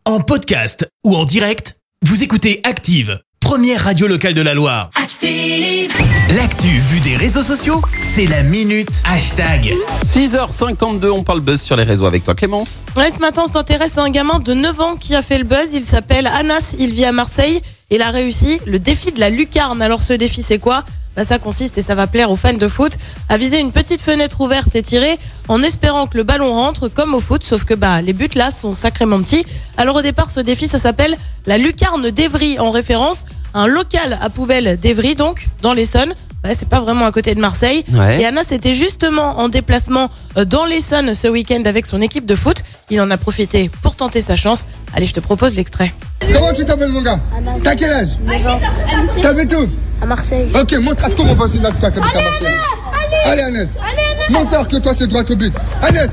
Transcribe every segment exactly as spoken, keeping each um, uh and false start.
En podcast ou en direct, vous écoutez Active, première radio locale de la Loire. Active! L'actu vue des réseaux sociaux, c'est la minute hashtag. six heures cinquante-deux, on parle buzz sur les réseaux avec toi, Clémence. Ouais, ce matin, on s'intéresse à un gamin de neuf ans qui a fait le buzz. Il s'appelle Anas, il vit à Marseille. Il a réussi le défi de la lucarne. Alors ce défi, c'est quoi ? Bah, ça consiste, et ça va plaire aux fans de foot, à viser une petite fenêtre ouverte et tirer en espérant que le ballon rentre comme au foot, sauf que bah, les buts là sont sacrément petits. Alors au départ, ce défi, ça s'appelle la lucarne d'Evry, en référence à un local à poubelle d'Evry, donc dans l'Essonne. Bah, c'est pas vraiment à côté de Marseille. Ouais. Et Anas était justement en déplacement dans l'Essonne ce week-end avec son équipe de foot. Il en a profité pour tenter sa chance. Allez, je te propose l'extrait. Comment tu t'appelles, mon gars? T'as quel âge? T'habites où? À Marseille. Ok, montre à ce qu'on va voir si là, toi, t'habites à Marseille. Allez, Anas. Montre-leur que toi, c'est droit au but. Anas.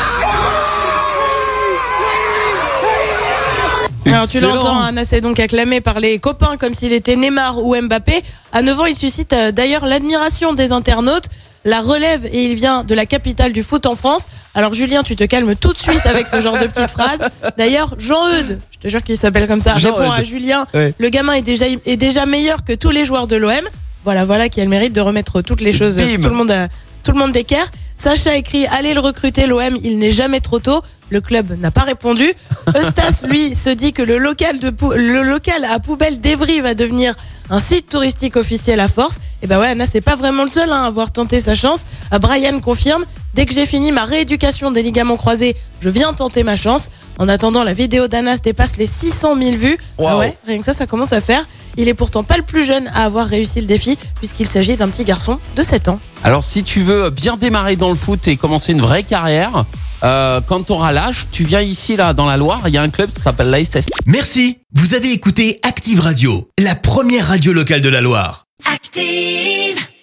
Alors tu Excellent. l'entends, Anas est donc acclamé par les copains comme s'il était Neymar ou Mbappé. À neuf ans, il suscite euh, d'ailleurs l'admiration des internautes. La relève et il vient de la capitale du foot en France. Alors Julien, tu te calmes tout de suite avec ce genre de petites phrases. D'ailleurs, Jean-Eudes, je te jure qu'il s'appelle comme ça, Jean-Eudes. répond à Julien. Ouais. Le gamin est déjà, est déjà meilleur que tous les joueurs de l'O M. Voilà, voilà qui a le mérite de remettre toutes les choses, Bim. tout le monde, a, tout le monde d'équerre. Sacha écrit, allez le recruter l'O M, il n'est jamais trop tôt. Le club n'a pas répondu. Eustace, lui, se dit que le local, de pou- le local à poubelle d'Evry va devenir un site touristique officiel à force. Et ben ouais, Anas, c'est pas vraiment le seul hein, à avoir tenté sa chance. Euh, Brian confirme, dès que j'ai fini ma rééducation des ligaments croisés, je viens tenter ma chance. En attendant, la vidéo d'Anas dépasse les six cent mille vues. Wow. Ah ouais, rien que ça, ça commence à faire. Il est pourtant pas le plus jeune à avoir réussi le défi, puisqu'il s'agit d'un petit garçon de sept ans. Alors si tu veux bien démarrer dans le foot et commencer une vraie carrière, euh, quand tu auras l'âge, tu viens ici là dans la Loire, il y a un club qui s'appelle l'A S S. Merci, vous avez écouté Active Radio, la première radio locale de la Loire. Active!